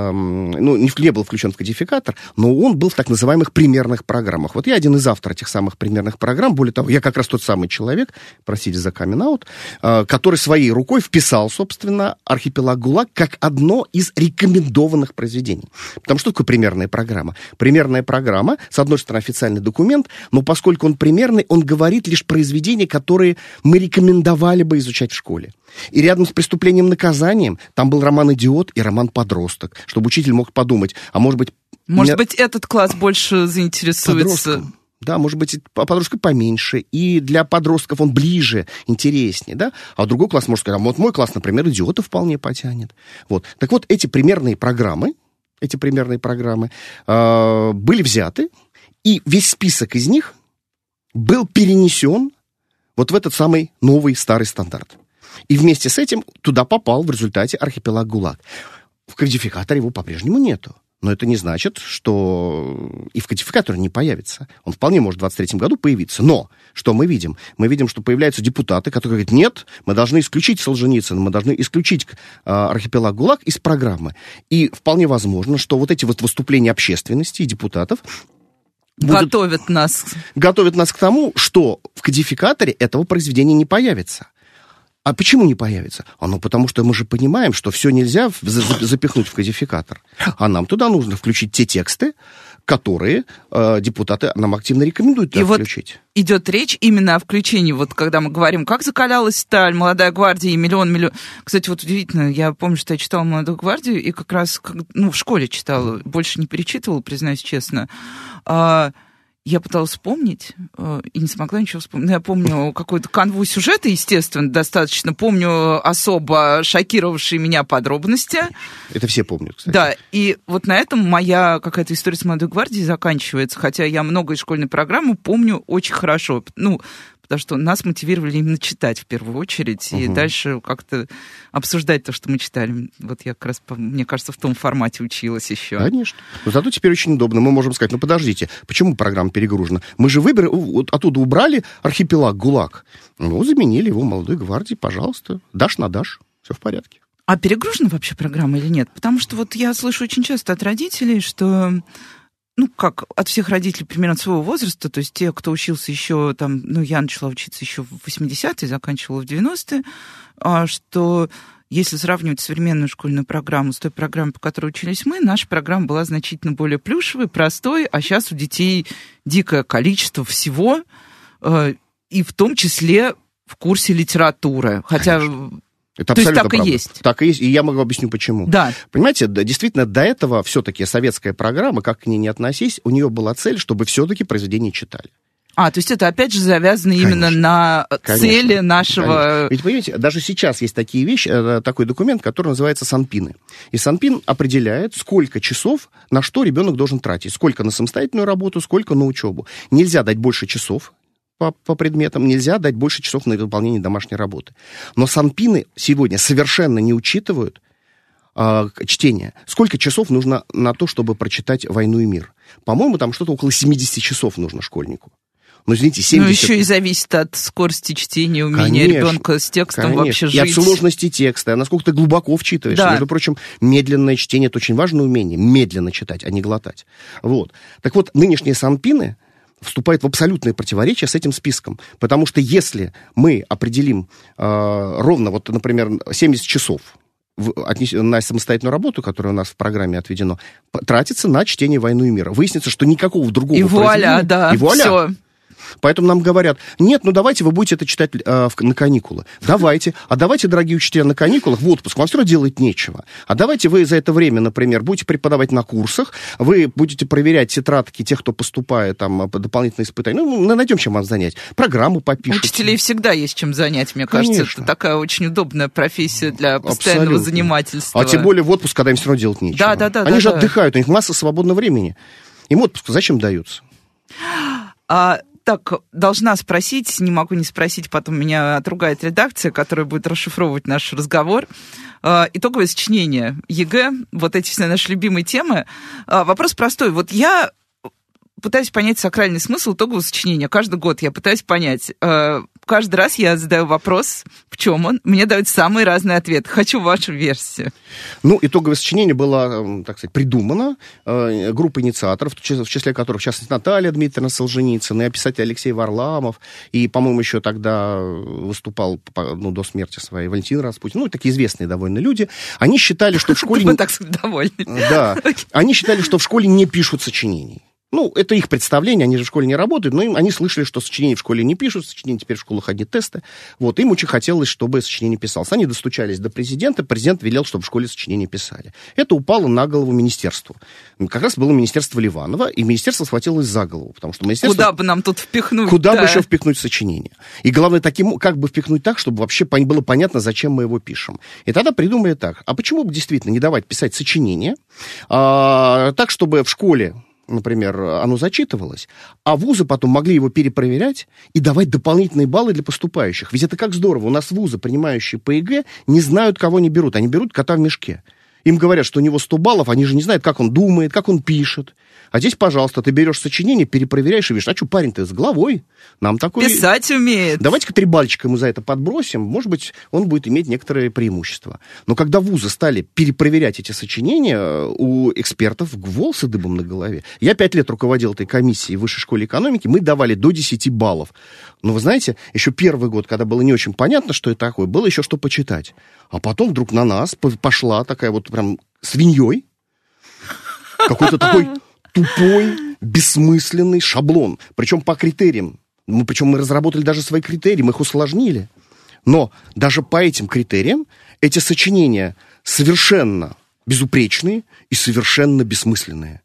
не был включен в кодификатор, но он был в так называемых примерных программах. Вот я один из авторов этих самых примерных программ, более того, я как раз тот самый человек, простите за камин-аут, который своей рукой вписал, собственно, архипелаг ГУЛАГ как одно из рекомендованных произведений. Потому что такое примерная программа? Примерная программа, с одной стороны, официальный документ, но поскольку он примерный, он говорит лишь произведения, которые мы рекомендовали бы изучать в школе. И рядом с «Преступлением и наказанием» там был роман «Идиот» и роман «Подросток», чтобы учитель мог подумать, а может быть... Может быть, этот класс больше заинтересуется... Подростком. Да, может быть, подростка поменьше, и для подростков он ближе, интереснее, да? А другой класс может сказать, вот мой класс, например, «Идиота» вполне потянет. Вот. Так вот, эти примерные программы были взяты, и весь список из них был перенесен вот в этот самый новый старый стандарт. И вместе с этим туда попал в результате архипелаг ГУЛАГ. В кодификаторе его по-прежнему нету. Но это не значит, что и в кодификаторе не появится. Он вполне может в 2023 году появиться. Но что мы видим? Мы видим, что появляются депутаты, которые говорят, нет, мы должны исключить Солженицына, мы должны исключить архипелаг ГУЛАГ из программы. И вполне возможно, что вот эти вот выступления общественности и депутатов готовят нас к тому, что в кодификаторе этого произведения не появится. А почему не появится? Потому что мы же понимаем, что все нельзя запихнуть в кодификатор. А нам туда нужно включить те тексты, которые депутаты нам активно рекомендуют включить. Вот идет речь именно о включении. Вот когда мы говорим, как закалялась сталь, молодая гвардия и миллион. Кстати, вот удивительно, я помню, что я читала «Молодую гвардию», и как раз в школе читала, больше не перечитывала, признаюсь честно. Я пыталась вспомнить и не смогла ничего вспомнить. Но я помню какую-то канву сюжета, естественно, достаточно. Помню особо шокировавшие меня подробности. Это все помнят, кстати. Да, и вот на этом моя какая-то история с «Молодой гвардией» заканчивается. Хотя я много из школьной программы помню очень хорошо. Потому что нас мотивировали именно читать в первую очередь, и дальше как-то обсуждать то, что мы читали. Вот я как раз, мне кажется, в том формате училась еще. Конечно. Но зато теперь очень удобно. Мы можем сказать, подождите, почему программа перегружена? Мы же оттуда убрали архипелаг ГУЛАГ. Заменили его «Молодой гвардией», пожалуйста. Дашь на дашь. Все в порядке. А перегружена вообще программа или нет? Потому что вот я слышу очень часто от родителей, что... как от всех родителей примерно своего возраста, то есть те, кто учился еще там, я начала учиться еще в 80-е, заканчивала в 90-е, что если сравнивать современную школьную программу с той программой, по которой учились мы, наша программа была значительно более плюшевой, простой, а сейчас у детей дикое количество всего, и в том числе в курсе литературы. Хотя... Конечно. Это то есть так правда. И есть. Так и есть, и я могу объяснить, почему. Да. Понимаете, действительно, до этого все-таки советская программа, как к ней не относись, у нее была цель, чтобы все-таки произведения читали. То есть это, опять же, завязано именно на цели нашего... Конечно. Ведь, понимаете, даже сейчас есть такие вещи, такой документ, который называется СанПины. И СанПин определяет, сколько часов на что ребенок должен тратить. Сколько на самостоятельную работу, сколько на учебу. Нельзя дать больше часов по предметам, нельзя дать больше часов на выполнение домашней работы. Но СанПины сегодня совершенно не учитывают чтение. Сколько часов нужно на то, чтобы прочитать «Войну и мир»? По-моему, там что-то около 70 часов нужно школьнику. Но, извините, 70... еще и зависит от скорости чтения, умения ребенка с текстом вообще жить. И от сложности текста, насколько ты глубоко вчитываешься. Да. Между прочим, медленное чтение — это очень важное умение. Медленно читать, а не глотать. Вот. Так вот, нынешние СанПины вступает в абсолютное противоречие с этим списком. Потому что если мы определим ровно, например, 70 часов на самостоятельную работу, которая у нас в программе отведено, тратится на чтение «Войну и мир», выяснится, что никакого другого произведения... И вуаля, все. Поэтому нам говорят, нет, давайте вы будете это читать на каникулы. Давайте. А давайте, дорогие учителя, на каникулах, в отпуск, вам все равно делать нечего. А давайте вы за это время, например, будете преподавать на курсах, вы будете проверять тетрадки тех, кто поступает там по дополнительные испытания. Найдем чем вам занять. Программу попишите. Учителей всегда есть чем занять, мне кажется. Это такая очень удобная профессия для постоянного занимательства. А тем более в отпуск, когда им все равно делать нечего. Да. Они же отдыхают, у них масса свободного времени. Им отпуск зачем даются? Так, должна спросить, не могу не спросить, потом меня отругает редакция, которая будет расшифровывать наш разговор. Итоговое сочинение ЕГЭ, вот эти все наши любимые темы. Вопрос простой. Вот я пытаюсь понять сакральный смысл итогового сочинения. Каждый год я пытаюсь понять. Каждый раз я задаю вопрос, в чем он. Мне дают самые разные ответы. Хочу вашу версию. Итоговое сочинение было, так сказать, придумано группой инициаторов, в числе которых, в частности, Наталья Дмитриевна Солженицына, и писатель Алексей Варламов, и, по-моему, еще тогда выступал до смерти своей Валентин Распутин. Такие известные довольно люди. Они считали, что в школе... Вы так довольны. Да. Они считали, что в школе не пишут сочинений. Это их представление, они же в школе не работают, но они слышали, что сочинения в школе не пишут, сочинения теперь в школах одни тесты. Им очень хотелось, чтобы сочинение писалось. Они достучались до президента, президент велел, чтобы в школе сочинения писали. Это упало на голову министерству. Как раз было министерство Ливанова, и министерство схватилось за голову, потому что министерство... Куда бы нам тут впихнуть? Куда бы еще впихнуть сочинение? И главное, как бы впихнуть так, чтобы вообще было понятно, зачем мы его пишем. И тогда придумали так. А почему бы действительно не давать писать сочинение так, чтобы в школе например, оно зачитывалось, а вузы потом могли его перепроверять и давать дополнительные баллы для поступающих. Ведь это как здорово. У нас вузы, принимающие по ЕГЭ, не знают, кого они берут. Они берут кота в мешке. Им говорят, что у него 100 баллов, они же не знают, как он думает, как он пишет. А здесь, пожалуйста, ты берешь сочинение, перепроверяешь и видишь, а что парень-то с головой? Нам такой... Писать умеет. Давайте-ка 3 бальчика ему за это подбросим, может быть, он будет иметь некоторые преимущества. Но когда вузы стали перепроверять эти сочинения, у экспертов волосы дыбом на голове. Я 5 лет руководил этой комиссией в Высшей школе экономики, мы давали до 10 баллов. Но вы знаете, еще первый год, когда было не очень понятно, что это такое, было еще что почитать. А потом вдруг на нас пошла такая вот прям свиньей, какой-то такой тупой, бессмысленный шаблон. Причем по критериям. Причем мы разработали даже свои критерии, мы их усложнили. Но даже по этим критериям эти сочинения совершенно безупречные и совершенно бессмысленные.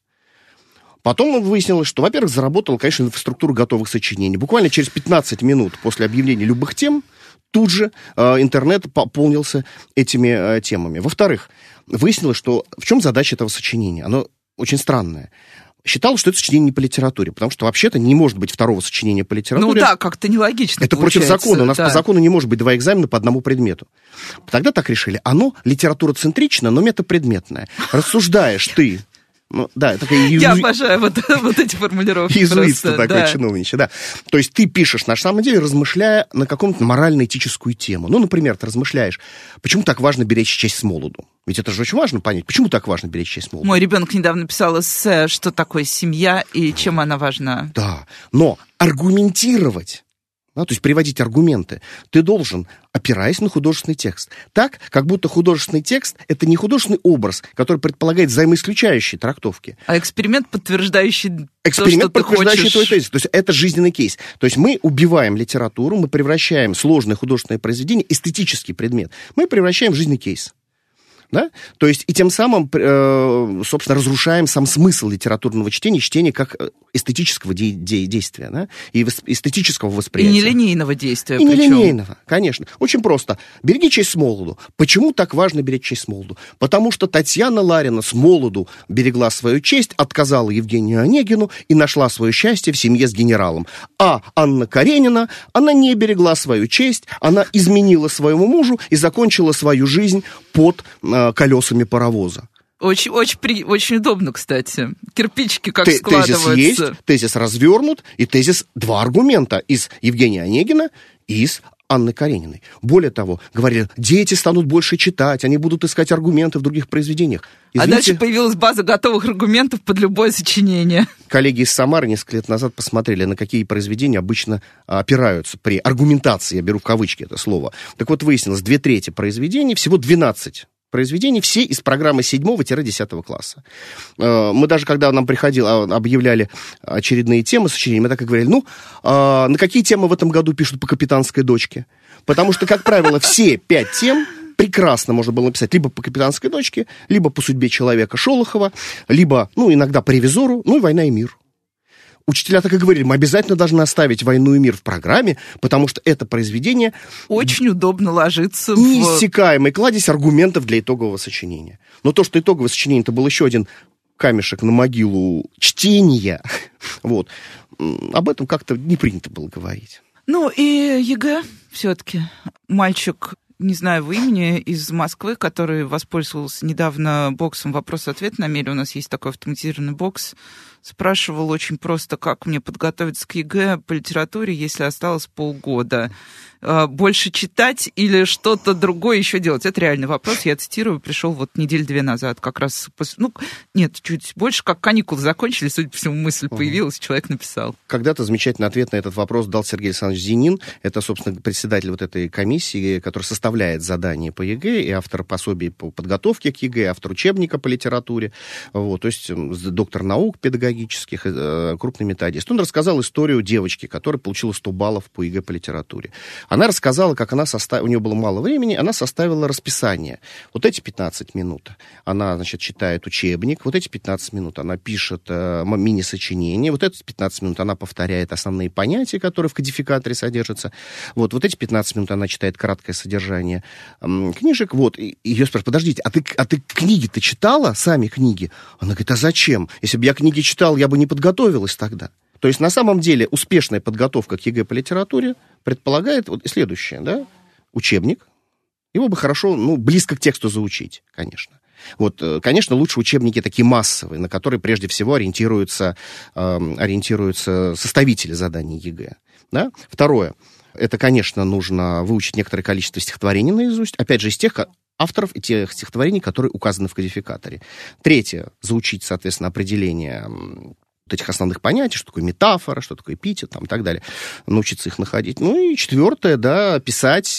Потом выяснилось, что, во-первых, заработала, конечно, инфраструктура готовых сочинений. Буквально через 15 минут после объявления любых тем тут же интернет пополнился этими темами. Во-вторых, выяснилось, что в чем задача этого сочинения. Оно очень странное. Считалось, что это сочинение не по литературе, потому что вообще-то не может быть второго сочинения по литературе. Ну да, как-то нелогично. Это получается. против закона. У нас по закону не может быть 2 экзамена по одному предмету. Тогда так решили. Оно литературоцентрично, но метапредметное. Рассуждаешь ты... Ну, да, такая Я обожаю вот эти формулировки. Иезуитство такое чиновничье, да. То есть ты пишешь, на самом деле, размышляя на каком-то морально-этическую тему. Ну, например, ты размышляешь, почему так важно беречь честь с молоду? Ведь это же очень важно понять, почему так важно беречь честь с молоду. Мой ребенок недавно писал эссе, что такое семья и чем она важна. Да, но аргументировать, то есть приводить аргументы, ты должен, опираясь на художественный текст. Так, как будто художественный текст — это не художественный образ, который предполагает взаимоисключающие трактовки. А эксперимент, подтверждающий эксперимент, то, что подтверждающий ты хочешь. твой тезис. То есть это жизненный кейс. То есть мы убиваем литературу, мы превращаем сложное художественное произведение, эстетический предмет, мы превращаем в жизненный кейс. Да? То есть и тем самым, собственно, разрушаем сам смысл литературного чтения как эстетического действия, да? И эстетического восприятия. И нелинейного действия. И нелинейного, конечно. Очень просто. Береги честь с молоду. Почему так важно беречь честь с молоду? Потому что Татьяна Ларина с молоду берегла свою честь, отказала Евгению Онегину и нашла свое счастье в семье с генералом. А Анна Каренина, она не берегла свою честь, она изменила своему мужу и закончила свою жизнь под колесами паровоза. Очень удобно, кстати. Кирпичики как складываются. Тезис есть, тезис развернут, и тезис 2 аргумента из Евгения Онегина и из Анны Карениной. Более того, говорили, дети станут больше читать, они будут искать аргументы в других произведениях. Извините, а дальше появилась база готовых аргументов под любое сочинение. Коллеги из Самары несколько лет назад посмотрели, на какие произведения обычно опираются при аргументации, я беру в кавычки это слово. Так вот, выяснилось, 2/3 произведений, всего 12 произведений, все из программы 7-10 класса. Мы даже, когда нам объявляли очередные темы сочинений, мы так и говорили, на какие темы в этом году пишут по «Капитанской дочке»? Потому что, как правило, все 5 тем прекрасно можно было написать либо по «Капитанской дочке», либо по «Судьбе человека» Шолохова, либо, иногда по «Ревизору», и «Война и мир». Учителя так и говорили, мы обязательно должны оставить «Войну и мир» в программе, потому что это произведение... Очень удобно ложится неиссякаемый кладезь аргументов для итогового сочинения. Но то, что итоговое сочинение, это был еще один камешек на могилу чтения, об этом как-то не принято было говорить. И ЕГЭ все-таки. Мальчик, не знаю его имени, из Москвы, который воспользовался недавно боксом «Вопрос-ответ» на Меле. У нас есть такой автоматизированный бокс. Спрашивал очень просто, как мне подготовиться к ЕГЭ по литературе, если осталось полгода. Больше читать или что-то другое еще делать? Это реальный вопрос. Я цитирую, пришел 2 недели назад, как раз... чуть больше, как каникулы закончились, судя по всему, мысль появилась, человек написал. Когда-то замечательный ответ на этот вопрос дал Сергей Александрович Зинин. Это, собственно, председатель этой комиссии, который составляет задания по ЕГЭ и автор пособий по подготовке к ЕГЭ, автор учебника по литературе. То есть доктор наук педагогических, крупный методист. Он рассказал историю девочки, которая получила 100 баллов по ЕГЭ по литературе. Она рассказала, как она у нее было мало времени, она составила расписание. Вот эти 15 минут она, значит, читает учебник, вот эти 15 минут она пишет мини-сочинение, вот эти 15 минут она повторяет основные понятия, которые в кодификаторе содержатся. Вот эти 15 минут она читает краткое содержание книжек. Вот, и ее спрашивают: подождите, а ты книги-то читала, сами книги? Она говорит: а зачем? Если бы я книги читал, я бы не подготовилась тогда. То есть, на самом деле, успешная подготовка к ЕГЭ по литературе предполагает вот следующее, да, учебник. Его бы хорошо, близко к тексту заучить, конечно. Вот, конечно, лучше учебники такие массовые, на которые прежде всего ориентируются составители заданий ЕГЭ. Да? Второе. Это, конечно, нужно выучить некоторое количество стихотворений наизусть. Опять же, из тех авторов и тех стихотворений, которые указаны в кодификаторе. Третье. Заучить, соответственно, определение этих основных понятий, что такое метафора, что такое эпитет, там, и так далее, научиться их находить. И четвертое, да, писать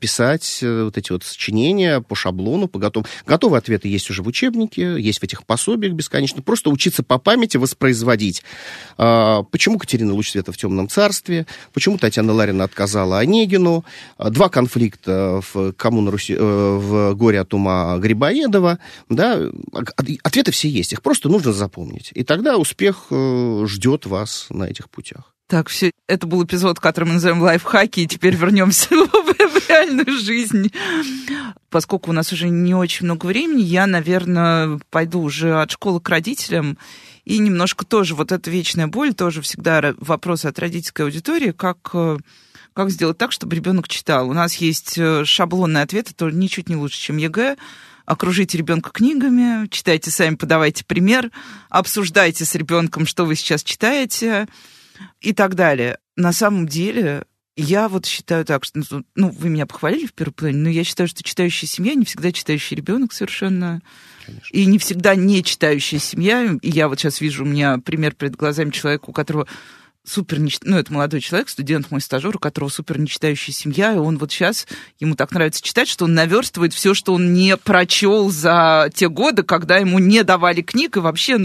вот эти вот сочинения по шаблону, по готовым. Готовые ответы есть уже в учебнике, есть в этих пособиях бесконечно. Просто учиться по памяти воспроизводить. Почему Катерина Луч-Света в «Темном царстве», почему Татьяна Ларина отказала Онегину, 2 конфликта в «Кому на Руси», в «Горе от ума» Грибоедова, да, ответы все есть, их просто нужно запомнить. И тогда успех ждет вас на этих путях. Так, все, это был эпизод, который мы называем лайфхаки, и теперь вернемся в реальную жизнь. Поскольку у нас уже не очень много времени, я, наверное, пойду уже от школы к родителям. И немножко тоже вот эта вечная боль, тоже всегда вопросы от родительской аудитории, как сделать так, чтобы ребенок читал. У нас есть шаблонные ответы, то ничуть не лучше, чем ЕГЭ. Окружите ребенка книгами, читайте сами, подавайте пример, обсуждайте с ребенком, что вы сейчас читаете и так далее. На самом деле, я вот считаю так, что, вы меня похвалили в первой плане, но я считаю, что читающая семья не всегда читающий ребенок совершенно. Конечно. И не всегда не читающая семья. И я вот сейчас вижу, у меня пример перед глазами человека, у которого супер это молодой человек, студент, мой стажер, у которого супер нечитающая семья, и он вот сейчас, ему так нравится читать, что он наверстывает все, что он не прочел за те годы, когда ему не давали книг, и вообще,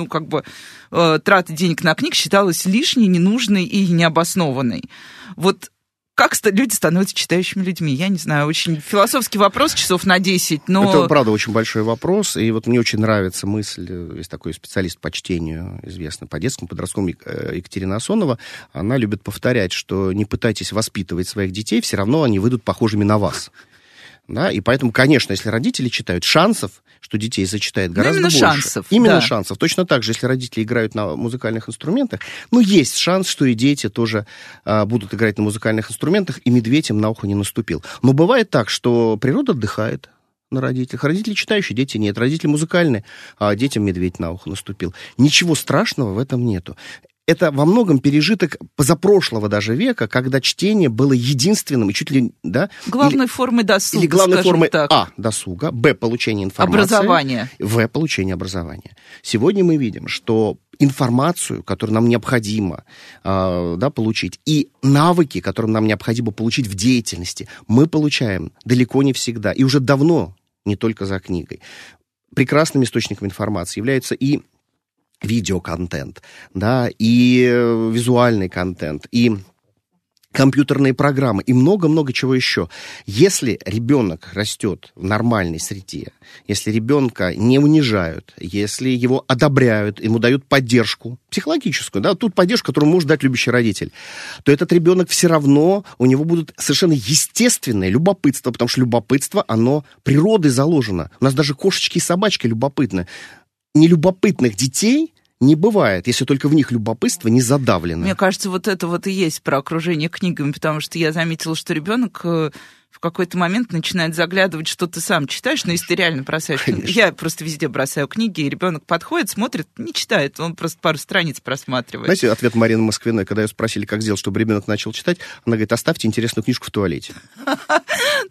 трата денег на книг считалась лишней, ненужной и необоснованной. Вот как люди становятся читающими людьми? Я не знаю, очень философский вопрос, часов на 10, но... Это, правда, очень большой вопрос, и вот мне очень нравится мысль, есть такой специалист по чтению, известный по детскому, подростковому, Екатерина Асонова, она любит повторять, что не пытайтесь воспитывать своих детей, все равно они выйдут похожими на вас. Да? И поэтому, конечно, если родители читают, шансов, что детей зачитает, гораздо больше. Именно шансов. Точно так же, если родители играют на музыкальных инструментах, есть шанс, что и дети тоже будут играть на музыкальных инструментах, и медведь им на ухо не наступил. Но бывает так, что природа отдыхает на родителях. Родители читающие, дети нет. Родители музыкальные, а детям медведь на ухо наступил. Ничего страшного в этом нету. Это во многом пережиток позапрошлого даже века, когда чтение было единственным и чуть ли, да... Главной формой досуга, или главной формой так. Досуга, получения информации. Образования. Получения образования. Сегодня мы видим, что информацию, которую нам необходимо получить, и навыки, которые нам необходимо получить в деятельности, мы получаем далеко не всегда, и уже давно, не только за книгой. Прекрасным источником информации является и видеоконтент, да, и визуальный контент, и компьютерные программы, и много-много чего еще. Если ребенок растет в нормальной среде, если ребенка не унижают, если его одобряют, ему дают поддержку психологическую, да, тут поддержку, которую может дать любящий родитель, то этот ребенок все равно, у него будут совершенно естественное любопытство, потому что любопытство, оно природой заложено. У нас даже кошечки и собачки любопытны. Нелюбопытных детей не бывает, если только в них любопытство не задавлено. Мне кажется, вот это вот и есть про окружение книгами, потому что я заметила, что ребенок в какой-то момент начинает заглядывать, что ты сам читаешь, но если ты реально бросаешь книги. Я просто везде бросаю книги, и ребенок подходит, смотрит, не читает, он просто пару страниц просматривает. Знаете, ответ Марины Москвиной, когда ее спросили, как сделать, чтобы ребенок начал читать, она говорит: оставьте интересную книжку в туалете.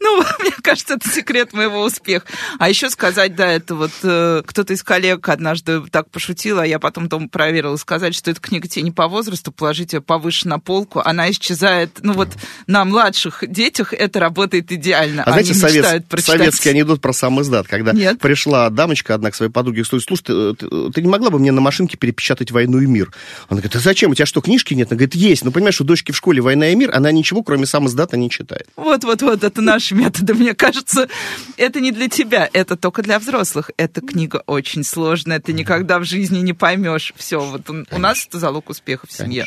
Ну, мне кажется, это секрет моего успеха. А еще сказать, да, это вот кто-то из коллег однажды так пошутил, а я потом дома проверила, сказать, что эта книга тебе не по возрасту, положить ее повыше на полку, она исчезает. Ну вот на младших детях это работает идеально. А знаете, мечтают прочитать. Советский анекдот про сам издат, когда пришла дамочка одна к своей подруге и говорит: слушай, ты не могла бы мне на машинке перепечатать «Войну и мир»? Она говорит: а зачем? У тебя что, книжки нет? Она говорит: есть. Ну, понимаешь, у дочки в школе «Война и мир», она ничего, кроме сам издата, не читает. Вот, это наши методы. Мне кажется, это не для тебя, это только для взрослых. Эта книга очень сложная, ты никогда в жизни не поймешь. Все, вот у нас это залог успеха в семье.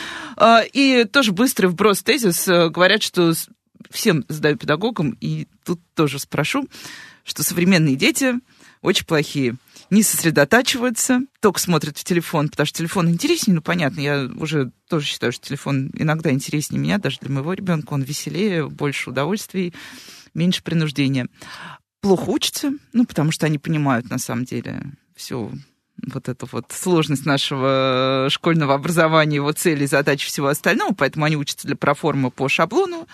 И тоже быстрый вброс тезис. Говорят, что всем задаю педагогам, и тут тоже спрошу, что современные дети очень плохие. Не сосредотачиваются, только смотрят в телефон, потому что телефон интереснее, ну, понятно, я уже тоже считаю, что телефон иногда интереснее меня, даже для моего ребенка, он веселее, больше удовольствий, меньше принуждения. Плохо учатся, ну, потому что они понимают, на самом деле, всю вот эту вот сложность нашего школьного образования, его цели, задачи, всего остального, поэтому они учатся для проформы по шаблону.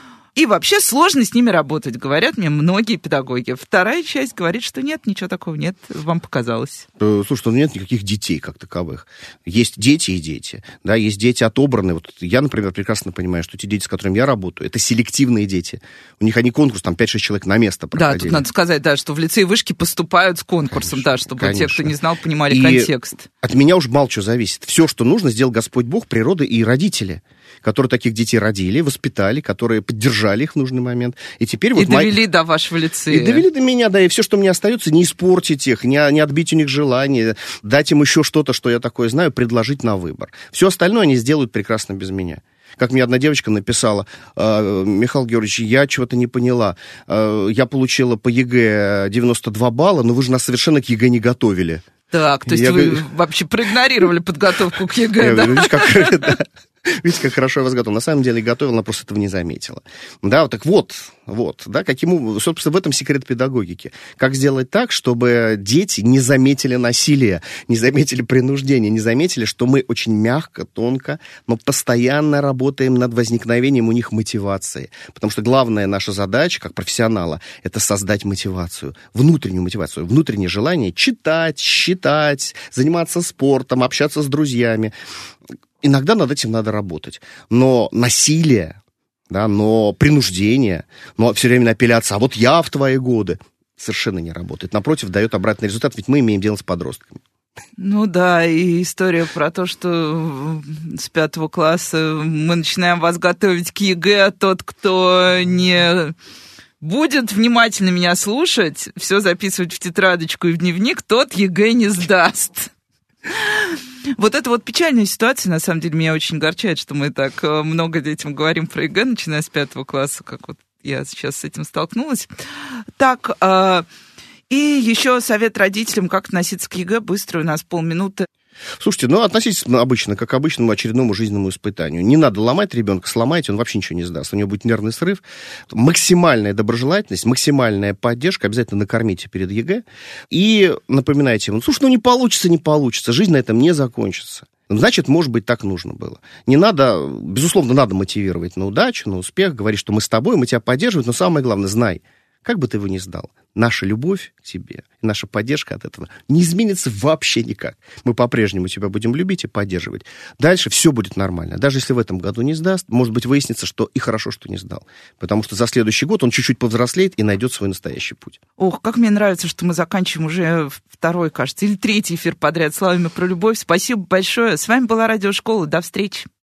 И вообще сложно с ними работать, говорят мне многие педагоги. Вторая часть говорит, что нет, ничего такого нет, вам показалось. Слушай, ну нет никаких детей как таковых. Есть дети и дети. Да, есть дети отобранные. Вот я, например, прекрасно понимаю, что те дети, с которыми я работаю, это селективные дети. У них они конкурс, там 5-6 человек на место проходили. Да, тут надо сказать, да, что в лицее и вышке поступают с конкурсом, конечно, да, чтобы конечно. Те, кто не знал, понимали и контекст. От меня уж мало чего зависит. Все, что нужно, сделал Господь Бог, природа и родители, которые таких детей родили, воспитали, которые поддержали их в нужный момент. И теперь вот довели до вашего лицея. И довели до меня, да, и все, что мне остается, не испортить их, не отбить у них желание, дать им еще что-то, что я такое знаю, предложить на выбор. Все остальное они сделают прекрасно без меня. Как мне одна девочка написала: Михаил Георгиевич, я чего-то не поняла. Я получила по ЕГЭ 92 балла, но вы же нас совершенно к ЕГЭ не готовили. Так, то есть вы вообще проигнорировали подготовку к ЕГЭ, да? Видите, как хорошо я вас готовил. На самом деле готовил, она просто этого не заметила. Да, так вот, да, собственно, в этом секрет педагогики. Как сделать так, чтобы дети не заметили насилие, не заметили принуждение, не заметили, что мы очень мягко, тонко, но постоянно работаем над возникновением у них мотивации. Потому что главная наша задача, как профессионала, это создать мотивацию, внутреннее желание читать, считать, заниматься спортом, общаться с друзьями. Иногда над этим надо работать. Но насилие, да, но принуждение, но все время апелляция, а вот я в твои годы, совершенно не работает. Напротив, дает обратный результат, ведь мы имеем дело с подростками. Ну да, и история про то, что с 5 класса мы начинаем вас готовить к ЕГЭ, а тот, кто не будет внимательно меня слушать, все записывать в тетрадочку и в дневник, тот ЕГЭ не сдаст. Вот эта вот печальная ситуация, на самом деле, меня очень огорчает, что мы так много детям говорим про ЕГЭ, начиная с 5 класса, как вот я сейчас с этим столкнулась. Так, и еще совет родителям, как относиться к ЕГЭ, быстро, у нас полминуты. Слушайте, относитесь обычно, как к обычному очередному жизненному испытанию. Не надо ломать ребенка, сломаете, он вообще ничего не сдаст. У него будет нервный срыв. Максимальная доброжелательность, максимальная поддержка. Обязательно накормите перед ЕГЭ. И напоминайте ему: слушай, не получится. Жизнь на этом не закончится. Значит, может быть, так нужно было. Не надо, безусловно, надо мотивировать на удачу, на успех, говорить, что мы с тобой, мы тебя поддерживаем, но самое главное, знай, как бы ты его ни сдал, наша любовь к тебе, наша поддержка от этого не изменится вообще никак. Мы по-прежнему тебя будем любить и поддерживать. Дальше все будет нормально. Даже если в этом году не сдаст, может быть, выяснится, что и хорошо, что не сдал. Потому что за следующий год он чуть-чуть повзрослеет и найдет свой настоящий путь. Ох, как мне нравится, что мы заканчиваем уже второй, кажется, или третий эфир подряд словами про любовь. Спасибо большое. С вами была Радиошкола. До встречи.